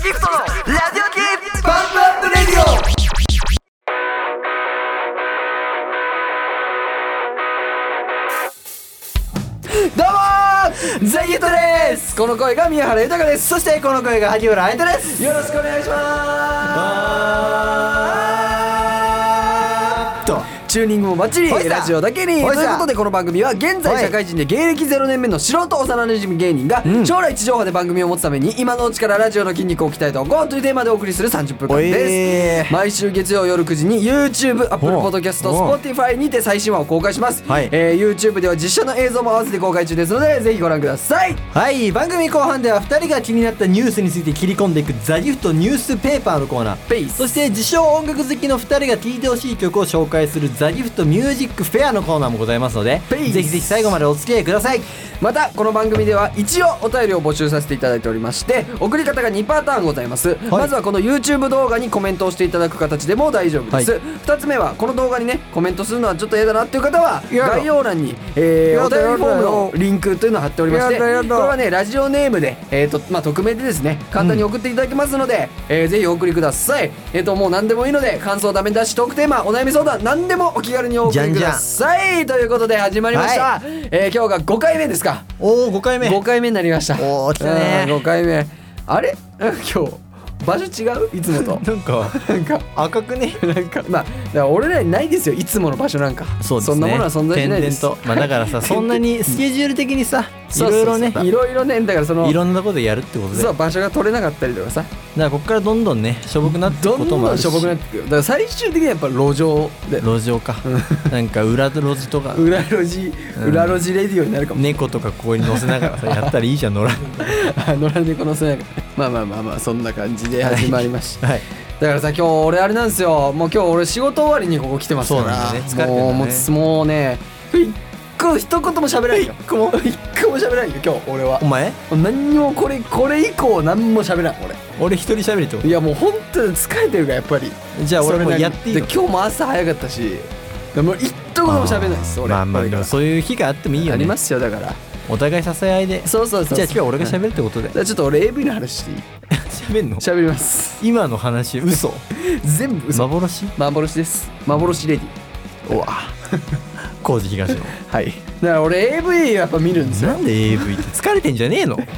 ギフトのラジオ系バンドアップレディオ。どうもー、ザギフトです。この声が宮原豊です。そしてこの声が萩原愛斗です。よろしくお願いしますと、チューニングもバッチリ、ラジオだけに。ということでこの番組は現在社会人で芸歴0年目の素人幼馴染芸人が将来地上波で番組を持つために今のうちからラジオの筋肉を鍛えておこうというテーマでお送りする30分間です。毎週月曜夜9時に YouTube、Apple Podcast、Spotify にて最新話を公開します。YouTube では実写の映像も合わせて公開中ですのでぜひご覧ください。 はい、番組後半では2人が気になったニュースについて切り込んでいくザギフトニュースペーパーのコーナー、そして自称音楽好きの2人が聴いてほしい曲を紹介するザギフトミュージックフェアのコーナーもございますので、ぜひぜひ最後までお付き合いください。 またこの番組では一応お便りを募集させていただいておりまして、送り方が2パターンございます。まずはこの YouTube 動画にコメントをしていただく形でも大丈夫です。2つ目はこの動画にねコメントするのはちょっと嫌だなっていう方は概要欄に、お便りフォームのリンクというのを貼っておりまして、これはねラジオネームで、匿名でですね簡単に送っていただけますので、ぜひお送りください。もう何でもいいので感想、ダメ出し、トークテーマ、お悩み相談何でもお気軽にお送りください。ということで始まりました。今日が5回目ですか。 5回目になりました。 来たね。 5回目。あれ今日場所違ういつもとなんか赤くね。 なんかまあだから俺らにないですよいつもの場所なんか。 そうですね、 そんなものは存在しないです。 点々と、だからさそんなにスケジュール的にさいろいろねだからそのいろんなことやるってことで、 そう場所が取れなかったりとかさ、だからこっからどんどんねしょぼくなっていくこともあるし、 どんどんしょぼくなっていく。だから最終的にはやっぱ路上で路上かなんか裏路地とか裏路地レディオになるかも。 猫とかここに乗せながらさやったらいいじゃん。野良猫乗せながらまあそんな感じで始まりました。 はい、 だからさ今日俺あれなんですよ。もう今日俺仕事終わりにここ来てますから。 そうなんだね、疲れてるんだね。 もうね一言も喋らないよ。一個も喋らないよ今日俺は。 お前何にもこれ以降何も喋らん俺一人喋りってこと。 いやもう本当に疲れてるからやっぱり。 じゃあ俺もやっていいの。 今日も朝早かったしもう一言も喋らないです俺。 そういう日があってもいいよね。 ありますよ。だからお互い支え合いで。 そうじゃあ今日は俺が喋るってことで。 じゃあちょっと俺 AV の話していい？ 喋んの？ 喋ります。 今の話嘘？ 全部嘘。幻です。幻レディ。うわ工事東の。 はい。だから俺 AV やっぱ見るんですよ。 なんで AV って疲れてんじゃねえの？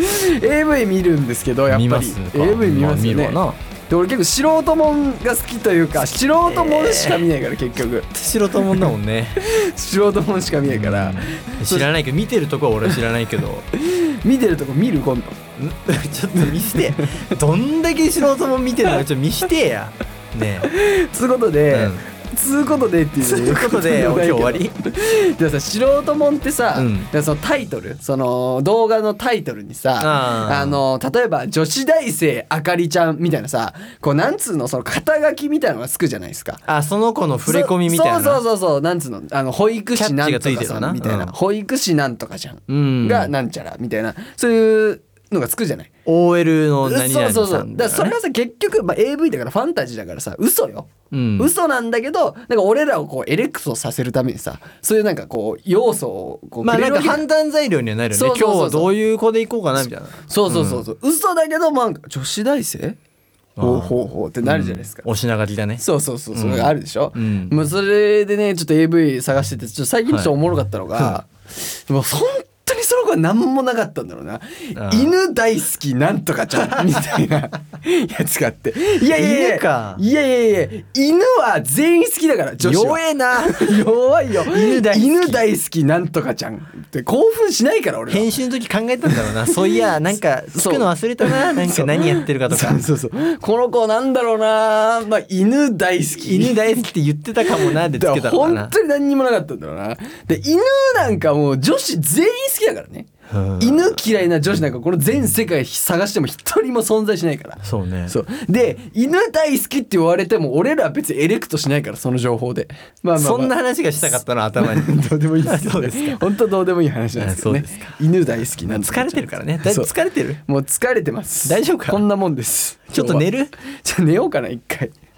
AV 見るんですけどやっぱり AV 見ますよね。で俺結構素人もんが好きというか素人もんしか見ないから結局素人もんだもんね。 素人もんしか見ないから知らないけど見てるとこは俺は知らないけど見てるとこ見る今度ちょっと見してどんだけ素人もん見てるのかちょっと見してやねえつうことでっていうことで今日終わりでもさ素人もんってさ、そのタイトルその動画のタイトルにさ例えば女子大生あかりちゃんみたいなさこうなんつうのその肩書きみたいなのがつくじゃないですか。 その子の触れ込みみたいな。 そうなんつうの保育士なんとかさんみたいな、保育士なんとかじゃんがなんちゃらみたいなそういうのがつくじゃない。 OL の何々さんそうだからそれはさ結局、AV だからファンタジーだからさ嘘よ、嘘なんだけどなんか俺らをこうエレクトさせるためにさそういうなんかこう要素をこうなんか判断材料にはなるよね。今日はどういう子でいこうかなみたいな。そう嘘だけど女子大生ほうってなるじゃないですか。 お品書きだね。 そうそれがあるでしょ。もうそれでねちょっと AV 探しててちょっと最近ちょっとおもろかったのが、もう本当にその子は何もなかったんだろうな。犬大好きなんとかちゃんみたいなやつがあって、いや犬は全員好きだから女子は。 弱えな弱いよ。犬大好きなんとかちゃんって興奮しないから俺は。 編集の時考えたんだろうな。そういやなんかつくの忘れたな。なんか何やってるかとか。 そうこの子なんだろうな、犬大好きって言ってたかもなでつけたのかな。 本当に何にもなかったんだろうな。で犬なんかもう女子全員好きだからね。犬嫌いな女子なんかこの全世界探しても一人も存在しないから。 そうね。 で犬大好きって言われても俺らは別にエレクトしないからその情報で。 そんな話がしたかったの頭に。 どうでもいいですけどね。本当どうでもいい話なんですけどね。犬大好きなん疲れてるからね。疲れてる。 もう疲れてます。 大丈夫か。 こんなもんです。 ちょっと寝る？ じゃあ寝ようかな一回。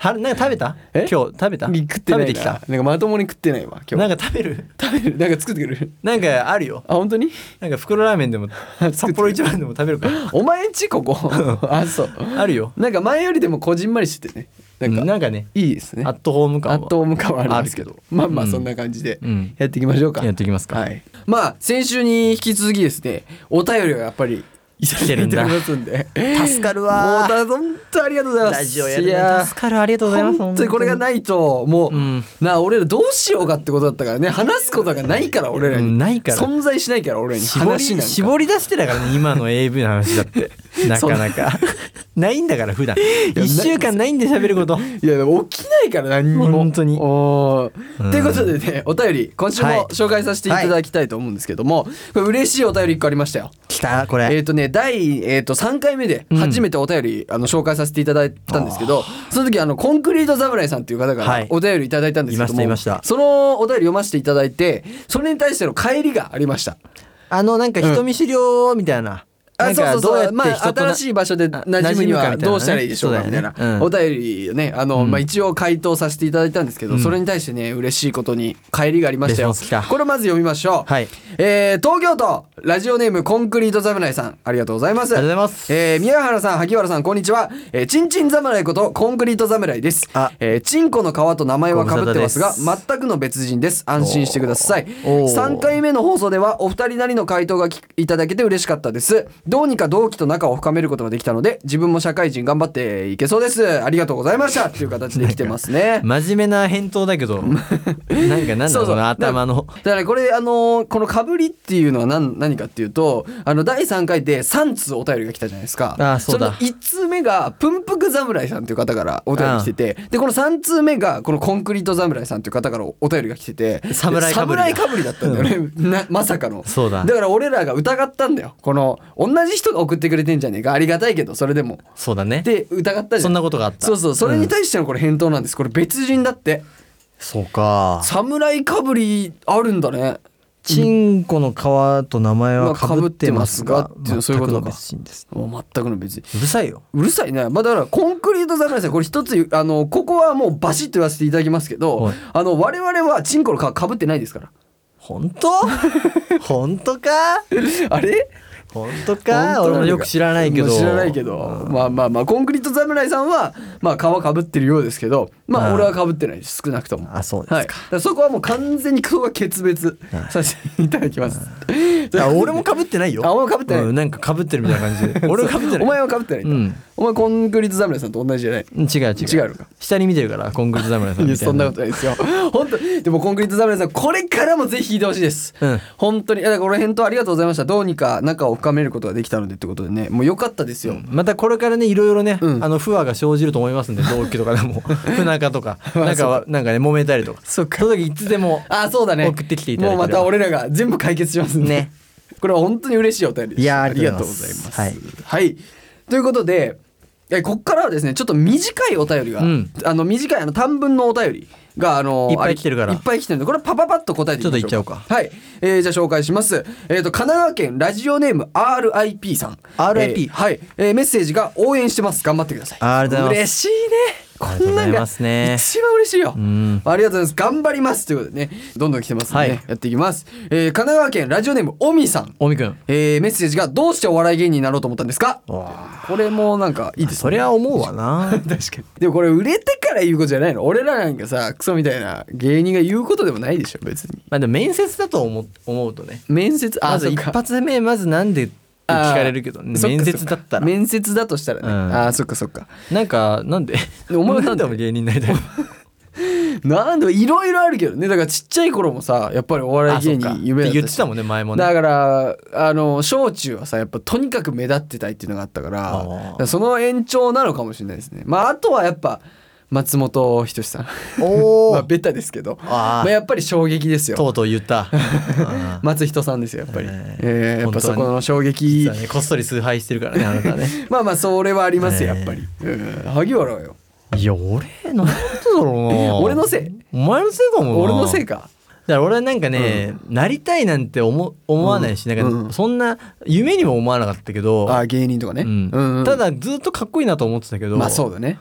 なんか食べた？今日食べた？ 食ってないな。 食べてきた？ なんかまともに食ってないわ今日。 なんか食べる？ なんか作ってくる。 なんかあるよ。 あ本当に？ なんか袋ラーメンでも札幌一番でも食べるか。 お前んちここ。あそう。 あるよ。 なんか前よりでもこじんまりしててね。 なんかねいいですね。 アットホーム感は。 アットホーム感はあるんですけど。まあまあそんな感じでやっていきましょうか。 やっていきますか。 はい。まあ先週に引き続きですね、お便りはやっぱりいただいておりますんで、 助かるわ。 もう本当ありがとうございます。 ラジオやるね、助かる、ありがとうございます。 本当にこれがないともう、俺らどうしようかってことだったからね。話すことがないから俺らに、 ないから存在しないから俺らに話なんか絞り出してたからね、今の AV の話だってなかなかないんだから普段1週間ないんで喋ること。 いやでも起きないから何にも本当に。 ということでね、お便り今週も紹介させていただきたいと思うんですけども、これ嬉しいお便り1個ありましたよ。 来たこれ。 第3回目で初めてお便り紹介させていただいたんですけど、その時コンクリート侍さんっていう方からお便りいただいたんですけども、 いましたそのお便り読ませていただいて、それに対しての帰りがありました。 なんか人見知りをみたいな、なんかどうやって人と新しい場所で馴染むにはどうしたらいいでしょうかみたいなお便りをね、一応回答させていただいたんですけど、それに対してね嬉しいことに帰りがありましたよ。これまず読みましょう。東京都ラジオネームコンクリート侍さん、ありがとうございます。 ありがとうございます。 宮原さん、萩原さん、こんにちは。ちんちん侍ことコンクリート侍です。チンコの皮と名前は被ってますが全くの別人です。安心してください。3回目の放送ではお二人なりの回答がいただけて嬉しかったです。どうにか同期と仲を深めることができたので、自分も社会人頑張っていけそうです。ありがとうございましたっていう形で来てますね。 真面目な返答だけどなんだろうな、頭のだからこれこのかぶりっていうのは何かっていうと、第3回で3通お便りが来たじゃないですか。 そうだ。 その1通目がプンプク侍さんという方からお便り来てて、でこの3通目がこのコンクリート侍さんという方からお便りが来てて、侍かぶりだったんだよね。まさかの。 そうだ。 だから俺らが疑ったんだよ。この同じ人が送ってくれてんじゃねえか、ありがたいけどそれでも。 そうだね。 で疑ったじゃん。 そんなことがあった。 そうそれに対してのこれ返答なんです。これ別人だって。 そうか。 侍かぶりあるんだね。 チンコの皮と名前は被ってますが、 そういうことか。 別人です。 全くの別人。 うるさいよ。 うるさいね。だからコンクリート侍さん、これ一つここはもうバシッと言わせていただきますけど、我々はチンコの皮被ってないですから。 本当？本当か？ あれ？ 本当か？俺もよく知らないけど。まあコンクリート侍さんは皮かぶってるようですけど、俺はかぶってないです、少なくとも。 あ、そうですか。 だからそこはもう完全にここは決別させていただきます。 俺もかぶってないよ。 俺もかぶってない。 なんかかぶってるみたいな感じで。俺はかぶってない。 お前はかぶってないんだ。お前コンクリート侍さんと同じじゃない？違うのか。 下に見てるからコンクリート侍さんみたいな。 そんなことないですよ。本当でもコンクリート侍さんこれからもぜひ聞いてほしいです。本当に。だからこれ返答ありがとうございました。どうにか仲を深めることができたのでってことでね、もう良かったですよ。 またこれからねいろいろね不和が生じると思いますんで、同期とかでも不仲とかなんかね揉めたりとか、その時いつでも送ってきていただければ、 もうまた俺らが全部解決しますんでね。これは本当に嬉しいお便りです。 いや、 ありがとうございます。はい。ということでこっからはですね、ちょっと短いお便りが、短い短文のお便りがいっぱい来てるから、 いっぱい来てるんで、これパパパッと答えていきましょうか。 ちょっといっちゃおうか。 はい。じゃあ紹介します。神奈川県ラジオネーム RIP さん。 RIP。 はい。メッセージが応援してます。頑張ってください。 ありがとうございます。 嬉しいね。こんなんが一番嬉しいよ。ありがとうございます。頑張りますということでね、どんどん来てますんでね、やっていきます。神奈川県ラジオネームおみさん。 おみくん。 メッセージがどうしてお笑い芸人になろうと思ったんですか？これもなんかいいですね。 そりゃ思うわな。 確かに。でもこれ売れてから言うことじゃないの？俺らなんかさ、クソみたいな芸人が言うことでもないでしょ別に。 でも面接だと思うとね。 面接、 まず一発目まずなんで聞かれるけど、ね、面接だったら面接だとしたらね、そっかなんでお前はなんでも芸人になりたいなんでいろいろあるけどね。だからちっちゃい頃もさ、やっぱりお笑い芸人夢だったし、 言ってたもんね前もね。 だから小中はさ、やっぱとにかく目立ってたいっていうのがあったから、その延長なのかもしれないですね。あとはやっぱ松本人志さんベタですけど、やっぱり衝撃ですよ。 とうとう言った松人さんですよやっぱり。やっぱそこの衝撃、 ね、こっそり崇拝してるからねあなたね。 それはありますよやっぱり。萩原よ。 いや俺なんだろうな。 俺のせい？ お前のせいかもな。 俺のせいか。 だから俺はなんかね、なりたいなんて思わないし、なんかそんな夢にも思わなかったけど、 芸人とかね。 ただずっとかっこいいなと思ってたけど、 そうだね。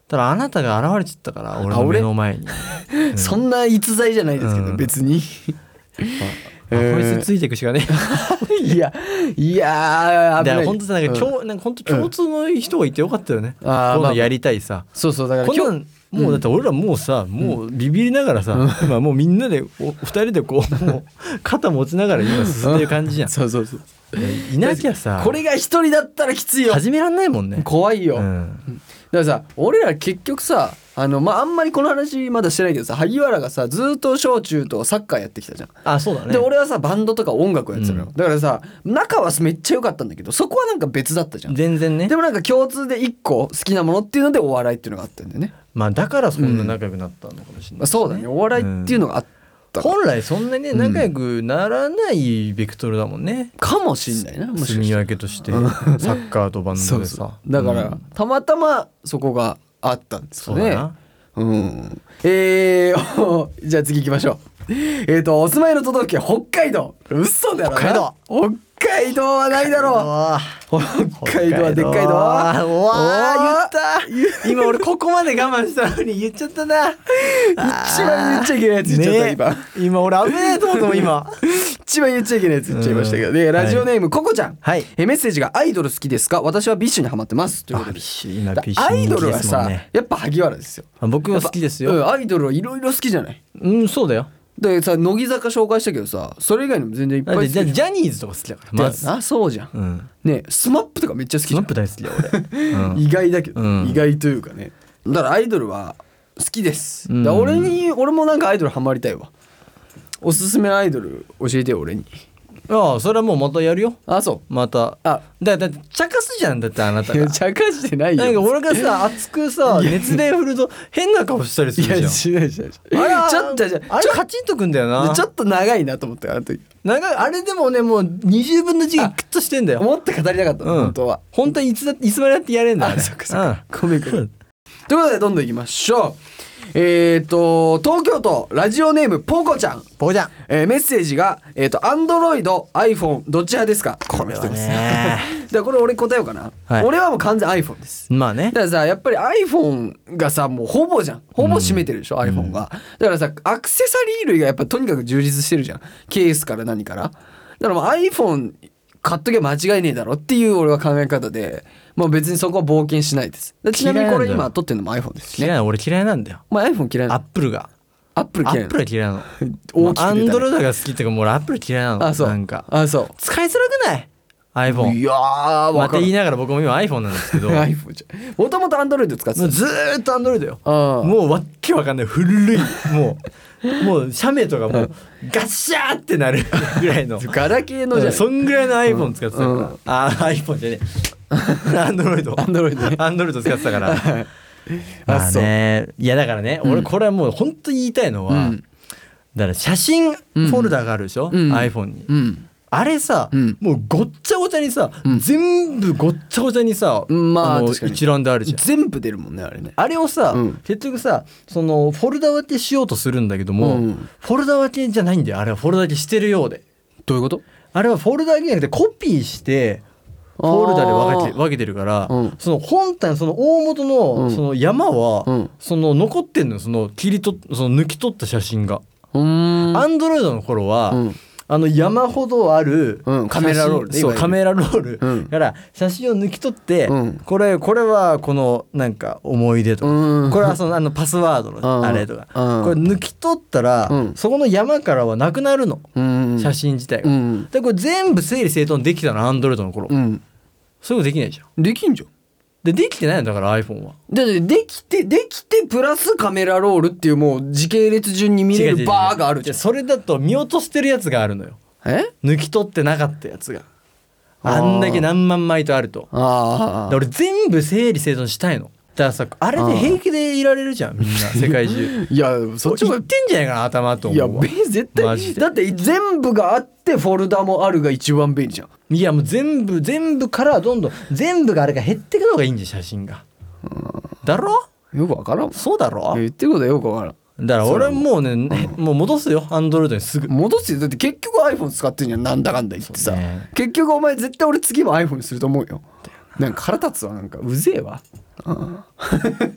ただあなたが現れちゃったから俺の目の前に、 そんな逸材じゃないですけど、別にこいつついていくしかねいやいやだから本当さなんか本当共通の人がいてよかったよね、こういうのやりたいさ、 そうそう、だから今日もうだって俺らもうさ、もうビビりながらさ、今もうみんなで2人でこうもう肩持ちながら今進んでる感じじゃん。 そうそうそう、 いなきゃさこれが一人だったらきついよ、 始めらんないもんね。 怖いよ、だからさ俺ら結局さあんまりこの話まだしてないけどさ、萩原がさずっと小中とサッカーやってきたじゃん。 あ、そうだね。 で俺はさバンドとか音楽をやってたのよ、だからさ仲はめっちゃ良かったんだけど、そこはなんか別だったじゃん。 全然ね。 でもなんか共通で一個好きなものっていうのでお笑いっていうのがあったんだよね。 まあだからそんな仲良くなったのかもしれない、 そうだね、お笑いっていうのがあった本来そんなにね仲良くならないベクトルだもんね、 かもしんないな、もしか住みしたら分けとしてサッカーとバンドでさ。 そうだから、たまたまそこがあったんですよね。 そうだな。 じゃあ次行きましょう。お住まいの都道府県北海道。嘘だろな。北海道はないだろう。北海道はでっかいぞ。 言った今俺ここまで我慢したのに言っちゃったな。 一番言っちゃいけないやつ言っちゃった、 今俺危ねえと思ったもん今一番言っちゃいけないやつ言っちゃいましたけど、でラジオネームココちゃん、メッセージがアイドル好きですか、私はビッシュにハマってますということで。アイドルはさやっぱ萩原ですよ。 僕は好きですよ。 アイドルはいろいろ好きじゃない。 そうだよ。 でさ乃木坂紹介したけどさ、それ以外にも全然いっぱい好き。 ジャニーズとか好きだからまず。 あ、そうじゃん、ね、スマップとかめっちゃ好きじゃん。 スマップ大好きだよ俺、 意外だけど、意外というかね。だからアイドルは好きです、だから俺もなんかアイドルハマりたいわ。おすすめのアイドル教えてよ俺に。 ああ、それはもうまたやるよ。あ、そうまた。だって茶化すじゃん。だってあなたが茶化してないよ。 なんか俺がさ熱くさ熱弁振ると変な顔したりするじゃん。いやしないしない。ちょっとあれカチンとくんだよな。ちょっと長いなと思ってあの時。長い。あれでもねもう20分の1がクッとしてんだよ。もっと語りたかった本当は。本当にいつまでやってやれんだ。あ、そっかそっか。ごめんごめん。ということでどんどんいきましょう。東京都ラジオネームポコちゃん。ポコちゃん。メッセージがAndroid、iPhone どっち派ですか。この人ですね。でこれ俺答えようかな。俺はもう完全 iPhone です。まあね。だからさやっぱり iPhone がさもうほぼじゃん。ほぼ占めてるでしょ、iPhone が。だからさアクセサリー類がやっぱとにかく充実してるじゃん。ケースから何から。だからもう iPhone 買っとけば間違いねえだろっていう俺は考え方で、もう別にそこは冒険しないです。ちなみにこれ今撮ってるのも iPhone ですね。嫌いな。俺嫌いなんだよ。お前 iPhone 嫌いなの。アップル嫌いなの。アンドロイドが好きっていうかもう俺アップル嫌いなの。あ、そう。なんか使いづらくない iPhone。いやーまた言いながら僕も今 iPhone なんですけどiPhone じゃもともとアンドロイド使ってた。ずーっとアンドロイドよ。もうわっけわかんない古いもう写メとかもうガッシャーってなるぐらいのガラケーのじゃん。そんぐらいの iPhone 使ってたから。iPhone じゃねえアンドロイド使ってたからまあね。いやだからね俺これはもう本当に言いたいのは、だから写真フォルダがあるでしょ、iPhone に。あれさ、もうごっちゃごちゃにさ、全部ごっちゃごちゃにさ、一覧であるじゃん。全部出るもんねあれね。あれをさ、結局さそのフォルダ分けしようとするんだけども、フォルダ分けじゃないんだよ。あれはフォルダ分けしてるようで。どういうこと？あれはフォルダ分けじゃなくてコピーしてフォルダで分けてるから、その本体のその大元のその山は、その残ってんのよ。その抜き取った写真が。アンドロイドの頃は、山ほどあるカメラロール、そうカメラロールから写真を抜き取って、これはこのなんか思い出とか、これはそのパスワードのあれとか、これ抜き取ったらそこの山からはなくなるの、写真自体が。でこれ全部整理整頓できたのアンドロイドの頃。そういうのできないじゃん。できんじゃん。できてないんだから iPhone は。できてプラスカメラロールっていうもう時系列順に見れるバーがあるじゃん。それだと見落としてるやつがあるのよ。抜き取ってなかったやつがあんだけ何万枚とあると。俺全部整理整頓したいの。だからさあれで平気でいられるじゃんみんな世界中。いやそっちも言ってんじゃないかな頭と思うわ。いや絶対だって全部があってフォルダもあるが一番便利じゃん。いやもう全部からどんどん全部があれが減っていくのがいいんじゃん写真が。だろよくわからん。そうだろ言ってることはよくわからん。だから俺もうねもう戻すよアンドロイドにすぐ戻すよ。だって結局 iPhone 使ってんじゃんなんだかんだ言ってさ、結局お前絶対俺次も iPhone にすると思うよ。なんか腹立つわ。なんかうぜえわ。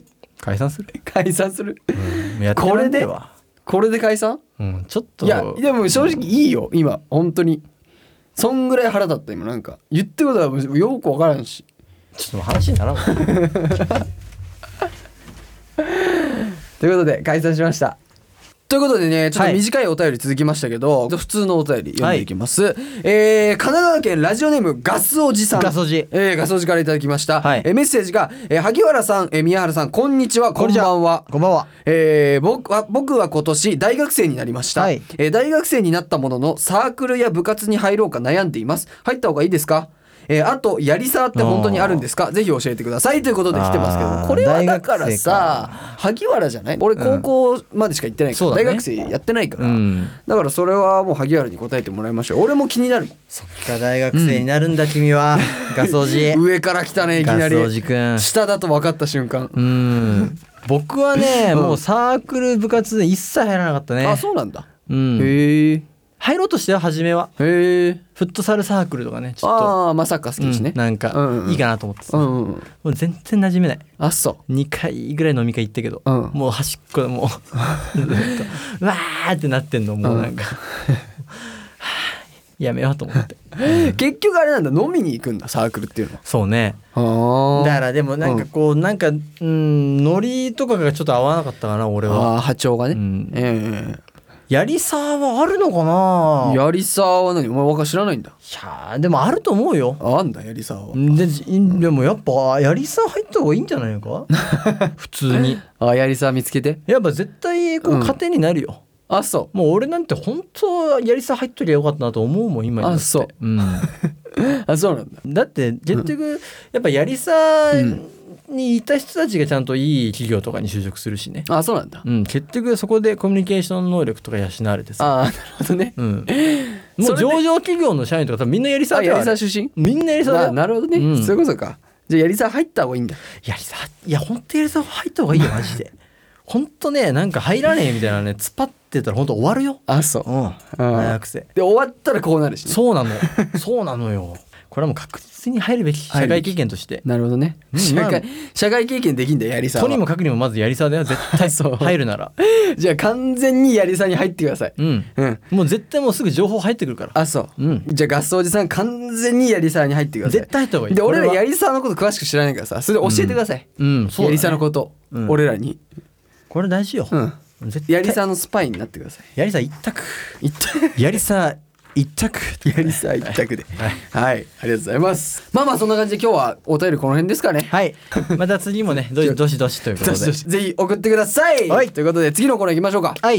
解散する、 解散する、 やってらんねえわ。 これで解散？ ちょっと。 いやでも正直いいよ今本当に。そんぐらい腹立った今なんか言ってることはよく分からんし。 ちょっと話にならんわ。 ということで解散しました。ということでねちょっと短いお便り続きましたけど、普通のお便り読んでいきます、神奈川県ラジオネームガスおじさん、 ガスおじ、 ガスおじからいただきました、 はい、 メッセージが、萩原さん、宮原さんこんにちは、こんばんは。 こんばんは。 僕は今年大学生になりました、はい、大学生になったもののサークルや部活に入ろうか悩んでいます。入った方がいいですか？あとやりさって本当にあるんですか？ぜひ教えてくださいということで来てますけど、これはだからさ萩原じゃない？俺高校までしか行ってないから、大学生やってないから、だからそれはもう萩原に答えてもらいましょう。俺も気になる。 そっか大学生になるんだ、君は。ガスおじ上から来たねいきなり。 ガスおじくん下だと分かった瞬間。 僕はね、もうサークル部活で一切入らなかったね。 あ、そうなんだ。 へえ。入ろうとしては初めは。 へえ。 フットサルサークルとかね、ちょっと。 ああ、まあサッカー好きですね。 なんかいいかなと思ってさ。もう全然馴染めない。 あ、そう。 2回ぐらい飲み会行ったけど、もう端っこでもうわーってなってんのもうなんかやめようと思って。 結局あれなんだ、飲みに行くんだサークルっていうのは。 そうね。だからでもなんかこうなんかノリとかがちょっと合わなかったかな俺は。 波長がね。 やりさはあるのかな？ やりさは何？お前知らないんだ。いやでもあると思うよ。 あんだやりさは。 でもやっぱやりさ入った方がいいんじゃないのか？普通に。 やりさ見つけて。やっぱ絶対こう糧になるよ。 あ、そう。 もう俺なんて本当やりさ入っときゃよかったなと思うもん今になって。 あ、そう。あ、そうなんだ。 だって結局やっぱやりさにいた人たちがちゃんといい企業とかに就職するしね。 あ、そうなんだ。 結局そこでコミュニケーション能力とか養われてさ。 あ、なるほどね。 もう上場企業の社員とか多分みんなやりさ。 やりさ出身？ みんなやりさだ。 なるほどね。そういうことか。じゃあやりさ入った方がいいんだ。 やりさ、いや本当やりさ入った方がいいよマジで。本当ね、なんか入らねえみたいなね、突っ張ってたら本当終わるよ。 あ、そう。 大学生で終わったらこうなるしね。 そうなの。そうなのよ。これはもう確実に入るべき社会経験として。 なるほどね。社会経験できんだよやりさは。 とにもかくにもまずやりさだよ絶対。入るなら。 じゃあ完全にやりさに入ってください。 もう絶対もうすぐ情報入ってくるから。 あ、そう。じゃあガスおじさん完全にやりさに入ってください。 絶対入った方がいい。 で俺らやりさのこと詳しく知らないからさ、それで教えてください。やりさのこと俺らに。これ大事よ。やりさのスパイになってください。やりさ一択。やりさ一択。やりさ一択で。はい、ありがとうございます。まあそんな感じで今日はお便りこの辺ですかね。はい。また次もねどしどしということでぜひ送ってください。はい。ということで次のコーナー行きましょうか。はい。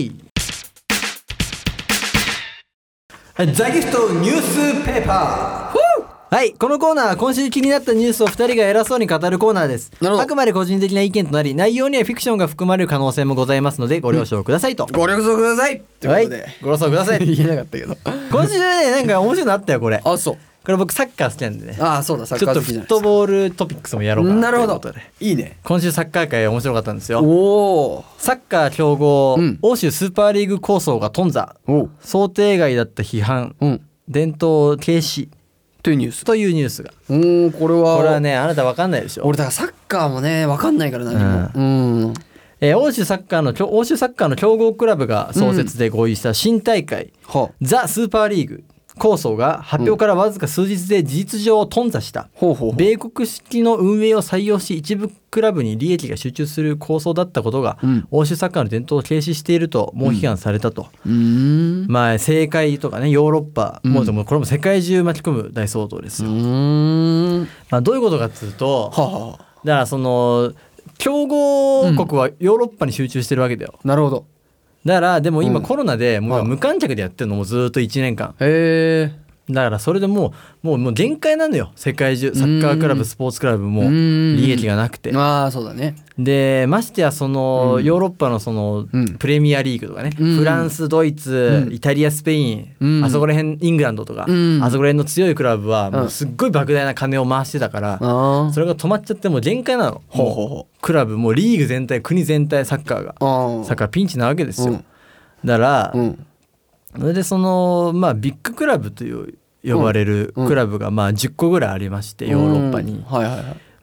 ザギフトニュースペーパー。はい、このコーナーは今週気になったニュースを2人が偉そうに語るコーナーです。あくまで個人的な意見となり、内容にはフィクションが含まれる可能性もございますのでご了承くださいと。ご了承くださいということで、ご了承ください。言えなかったけど今週ねなんか面白いのあったよこれ。あ、そう。これ僕サッカー好きなんでね。あ、そうだ、サッカー好きじゃないですか。ちょっとフットボールトピックスもやろうかな。なるほど。いいね。今週サッカー界面白かったんですよ。おお。サッカー強豪、欧州スーパーリーグ構想が頓挫。想定外だった批判。伝統停止。というニュースが。これはねあなた分かんないでしょ。俺だからサッカーもね分かんないから何も。欧州サッカーの強豪クラブが創設で合意した新大会、ザ・スーパーリーグ構想が発表からわずか数日で事実上頓挫した。米国式の運営を採用し一部クラブに利益が集中する構想だったことが、欧州サッカーの伝統を軽視していると猛批判されたと。まあ政界とかねヨーロッパ、もうこれも世界中巻き込む大騒動ですよ。まあどういうことかっていうと、だからその強豪国はヨーロッパに集中してるわけだよ。なるほど。だからでも今コロナでもう無観客でやってるのもずっと1年間。だからそれでもう限界なのよ世界中。サッカークラブスポーツクラブも利益がなくて。ああそうだね。でましてやそのヨーロッパのそのプレミアリーグとかね、フランスドイツイタリアスペイン、あそこら辺イングランドとか、あそこら辺の強いクラブはもうすっごい莫大な金を回してたから、それが止まっちゃってもう限界なの。クラブもうリーグ全体国全体サッカーピンチなわけですよ。だからそれでそのまあビッグクラブという呼ばれるクラブがまあ10個ぐらいありましてヨーロッパに。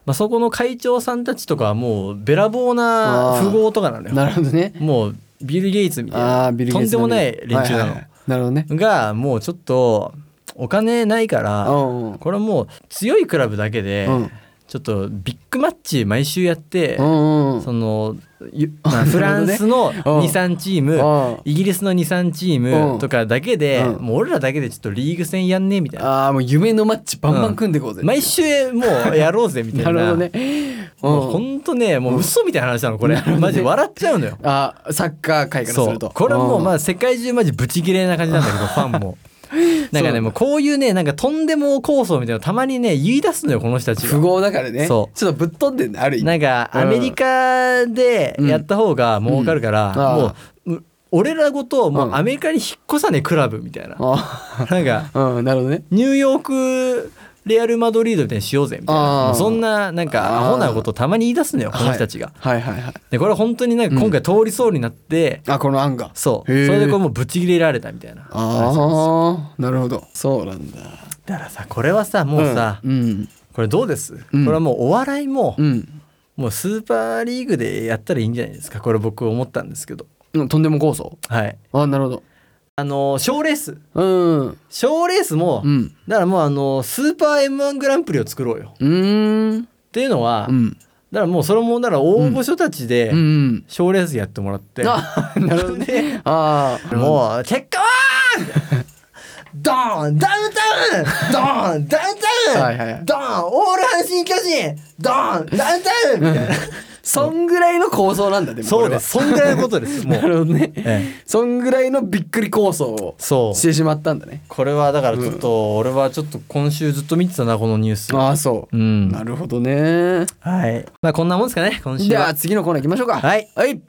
まあ、そこの会長さんたちとかはもうべらぼうな富豪とかなのよ。 なるほどね。 もうビル・ゲイツみたいなとんでもない連中なの、 なるほどね。 がもうちょっとお金ないから、 これはもう強いクラブだけで、ちょっとビッグマッチ毎週やって、そのフランスの 2,3 チームイギリスの 2,3 チームとかだけで、もう俺らだけでちょっとリーグ戦やんねえみたいな。 もう夢のマッチバンバン組んでこうぜ、 毎週もうやろうぜみたいな。 なるほどね。 もうほんとね、もう嘘みたいな話なのこれ、マジ笑っちゃうのよ。 サッカー界からするとこれはもうまあ世界中マジブチギレな感じなんだけどファンもなんかね、もうこういうね、なんかとんでも構想みたいなのたまにね言い出すのよこの人たちが。 富豪だからね。 そちょっとぶっ飛んでんね、ある意味。 なんかアメリカでやった方が儲かるから、もう俺らごともうアメリカに引っ越さねえクラブみたいな、なんか、 なるほどね。 ニューヨークレアル・マドリードみたいにしようぜみたいな、そんななんかアホなことをたまに言い出すのよこの人たちが。でこれ本当になんか今回通りそうになって、 この案がそれでこれもうブチ切れられたみたいな。 なるほど、そうなんだ。 だからさこれはさもうさ、これどうです、これはもうお笑いも、もうスーパーリーグでやったらいいんじゃないですか。これ僕思ったんですけど。 とんでも構想。 はい。 なるほど。 賞レース。賞レースも、だからもうスーパー M1 グランプリを作ろうよ。っていうのは、だからもうそれもだから応募者たちで賞レースやってもらって。 なるほどね。 もう結果はドーンダウンタウンドーンダウンタウンドーンオール阪神巨人ドーンダウンタウンみたいな。 そんぐらいの構想なんだ。でもそうです、そんぐらいのことですもう。 なるほどね、そんぐらいのびっくり構想をしてしまったんだね。 これはだからちょっと、俺はちょっと今週ずっと見てたなこのニュース。 そう、なるほどね。 はい、まあこんなもんですかね今週は。 じゃあ次のコーナー行きましょうか。はい、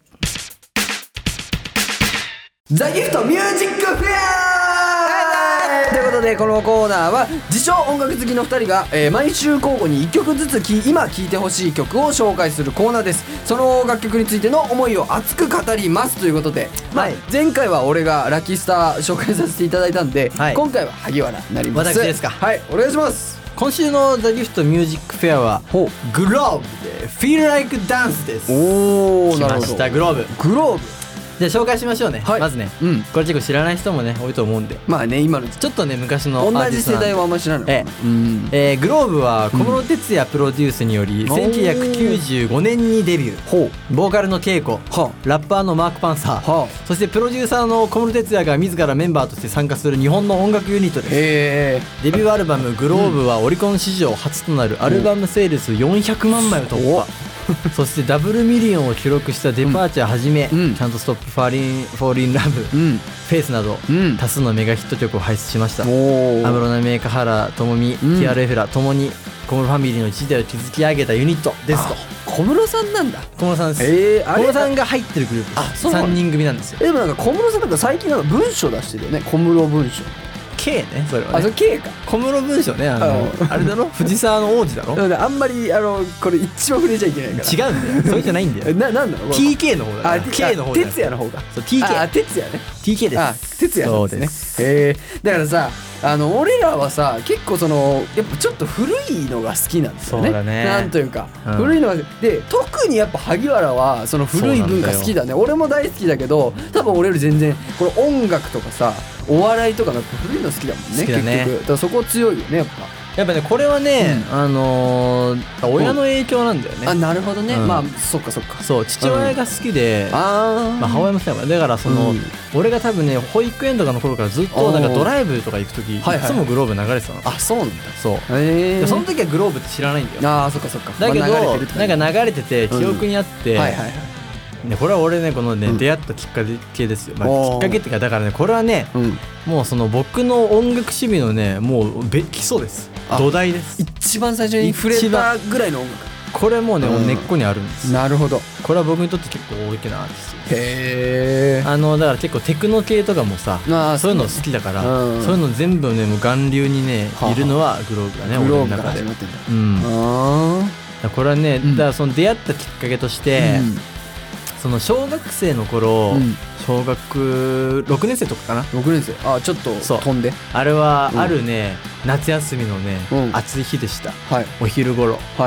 ザ・ギフトミュージックフェアということで、このコーナーは自称音楽好きの2人が、毎週交互に1曲ずつ今聴いてほしい曲を紹介するコーナーです。その楽曲についての思いを熱く語りますということで、前回は俺がラッキースター紹介させていただいたんで、今回は萩原になります。 私ですか。 はい、お願いします。 今週のザ・ギフトミュージックフェアはグローブで Feel Like Dance です。来ましたグローブ。じゃあ紹介しましょうね。まずね、これ結構知らない人もね多いと思うんで、 まあね、今のちょっとね昔の同じ世代はあんまり知らない。 グローブは小室哲哉プロデュースにより1995年にデビュー。ボーカルのケイコ、ラッパーのマーク・パンサー、そしてプロデューサーの小室哲哉が自らメンバーとして参加する日本の音楽ユニットです。デビューアルバムグローブはオリコン史上初となるアルバムセールス400万枚を突破。そしてダブルミリオンを記録したデパーチャーはじめ、ちゃんとストップフォーリンラブ、フェイスなど、多数のメガヒット曲を輩出しました。安室奈美恵、華原朋美、TRF らともに小室ファミリーの一代を築き上げたユニットですと。 小室さんなんだ。 小室さんです。小室さんが入ってるグループです。3人組なんですよ。 でもなんか小室さんなんか最近なんか文章出してるよね。小室文章。 K ね、それはね。 それ K か。 小室文章ね、あれだろ、藤沢の王子だろ。 あんまりこれ一番触れちゃいけないから。 違うんだよ、それじゃないんだよ。 なんなの TK の方だ。K の方。 哲也の方が。 そう TK。 哲也ね。 TK です。 哲也なんですね。だからさ、俺らはさ結構やっぱちょっと古いのが好きなんですよね。 そうだね。 なんというか、古いのがで、特にやっぱ萩原はその古い文化好きだね。俺も大好きだけど、多分俺より全然これ音楽とかさお笑いとかの古いの好きだもんね。 好きだね。 結局だからそこ強いよね、やっぱ。 やっぱねこれはね、親の影響なんだよね。 なるほどね。まあそっかそっか。 そう父親が好きで、母親も好きだから、だから俺が多分ね保育園とかの頃からずっとなんかドライブとか行く時いつもグローブ流れてたの。 そうなんだ。 そう。その時はグローブって知らないんだよ。 そっかそっか。 だけどなんか流れてて記憶にあって、これは俺ねこのね出会ったきっかけですよ。きっかけっていうか、だからねこれはねもうその僕の音楽趣味のねもう基礎です。土台です。 一番最初に触れたぐらいの音楽。 これもうね根っこにあるんです。 なるほど。 これは僕にとって結構大きなアーティストです。 へえ。 だから結構テクノ系とかもさ、そういうの好きだから、そういうの全部ねもう元流にねいるのはグローブだね。 グローブから始まってんだ。 これはね、だからその出会ったきっかけとして、その小学生の頃、小学6年生とかかな。 6年生。ちょっと飛んで。 あれはあるね夏休みのね暑い日でした。お昼頃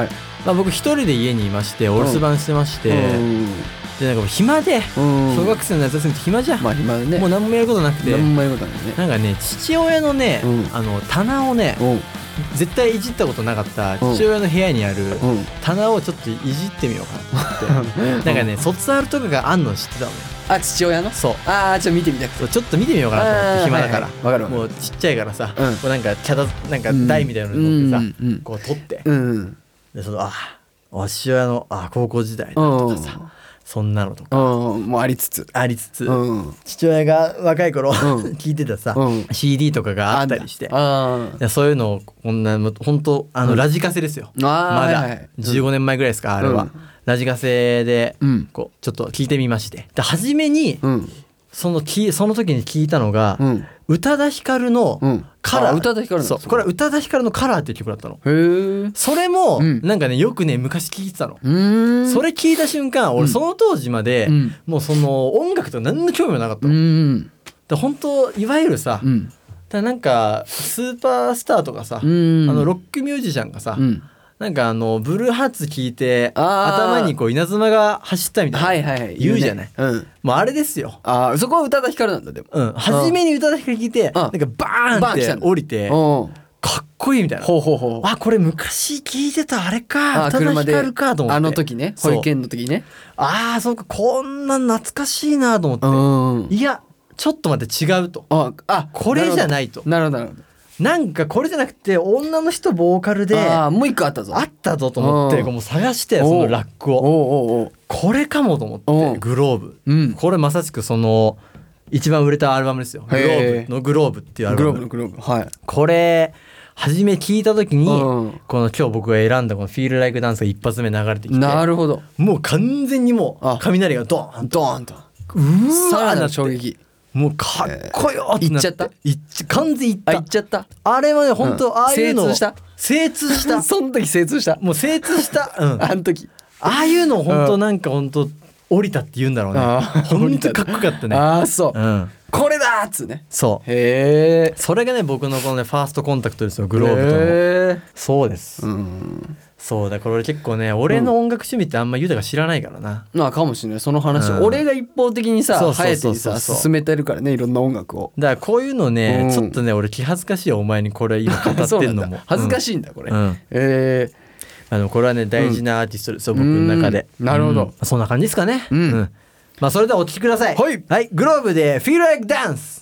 まあ、僕一人で家にいましてお留守番してまして、でなんかもう暇で、小学生の夏休みって暇じゃん、 まあ暇でね、 もう何もやることなくて、 何もやることないね。 なんかね父親のね、棚をね、絶対いじったことなかった父親の部屋にある棚をちょっといじってみようかなってなんかね卒アルとかがあんの知ってたのよ。 あ、父親の。 そう、 ちょっと見てみたくて、 ちょっと見てみようかなと思って暇だから、 わかる。 もうちっちゃいからさ、こうなんかなんか台みたいなのに乗ってさ、こう取って、でその父親の高校時代だとかさ、そんなのとかもありつつ父親が若い頃聞いてたさ CD とかがあったりして、そういうのをこんな本当ラジカセですよ。まだ15年前ぐらいですか、あれはラジカセでこうちょっと聞いてみまして、で初めにその時に聞いたのが宇多田ヒカルのカラー。宇多田ヒカルの、これは宇多田ヒカルのカラーっていう曲だったの。へえ。それもなんかねよくね昔聞いてたの。それ聞いた瞬間俺その当時までもうその音楽とか何の興味もなかったの。で本当いわゆるさ、なんかスーパースターとかさ、ロックミュージシャンがさ、なんかブルーハーツ聞いて頭にこう稲妻が走ったみたいな言うじゃない。もうあれですよ。 そこは宇多田ヒカルなんだ。でも初めに宇多田ヒカル聞いてなんかバーンって降りてかっこいいみたいな。これ昔聞いてたあれか、宇多田ヒカルかと思って、 時ね、保育園の時ね。 そうか、こんな懐かしいなと思って、いやちょっと待って違うと、これじゃないと。なるほどなるほど。なんかこれじゃなくて女の人ボーカルでもう一個あったぞと思って、もう探してそのラックをこれかもと思って、グローブ、これまさしくその一番売れたアルバムですよ。グローブのグローブっていうアルバム。これ初め聞いた時に、この今日僕が選んだこの Feel Like Dance が一発目流れてきて、なるほど、もう完全にもう雷がドーンドーンとさらな衝撃、もうかっこよってなって、いっちゃった、完全いった、いっちゃった。あれはね本当ああいうの精通したその時精通した、もう精通したあの時ああいうの本当なんか本当降りたって言うんだろうね。本当かっこよかったね。そう、これだっつね。そう、へえ。それがね僕のこのねファーストコンタクトですよ、グローブとの。そうです。そうだから俺結構ね、俺の音楽趣味ってあんま豊か知らないからな。かもしれない、その話、俺が一方的にさハヤテにさ進めてるからね、いろんな音楽を。だからこういうのね、ちょっとね俺気恥ずかしいよ、お前にこれ今語ってんのも恥ずかしいんだこれ。これはね大事なアーティストですよ、僕の中で。なるほど、そんな感じですかね。まあそれではお聴きください。はい、グローブで Feel Like Dance。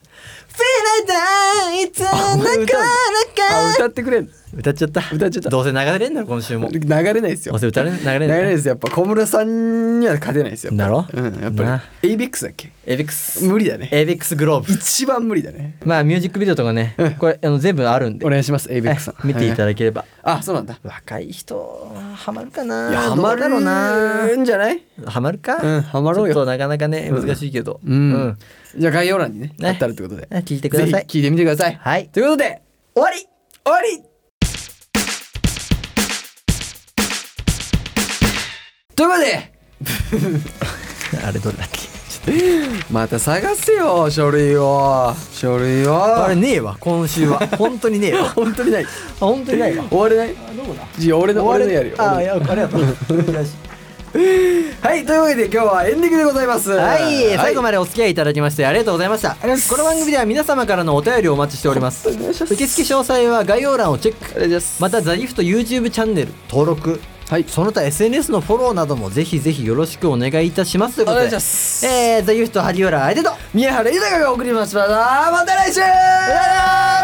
Feel Like Dance なかなか歌ってくれん。歌っちゃった。どうせ流れんだろ今週も。流れないですよ。どうせ流れないです。やっぱ小室さんには勝てないですよ。だろ。やっぱり ABEX だっけ。ABEX 無理だね。ABEX グローブ一番無理だね。まあミュージックビデオとかね、これ全部あるんでお願いします。ABEX さん見ていただければ。そうなんだ。若い人ハマるかな。いやハマるろうなんじゃない。ハマるか。ハマろうよ。ちょっとなかなかね難しいけど。じゃあ概要欄にねあったらってことで聞いてください。聞いてみてください。はい。ということで終わり。ということであれどれだっけまた探せよ、書類をあれねえわ今週は本当にねえわ本当にないわ。終われない。どこだ。俺のやるよ。いやありがとうはい、というわけで今日はエンディングでございます。はい、最後までお付き合いいただきましてありがとうございました。この番組では皆様からのお便りをお待ちしております。受付詳細は概要欄をチェック、またザギフト YouTube チャンネル登録、その他 SNS のフォローなどもぜひぜひよろしくお願いいたしますということで、ザギフト萩原あいでと宮原豊がお送りしました。また来週。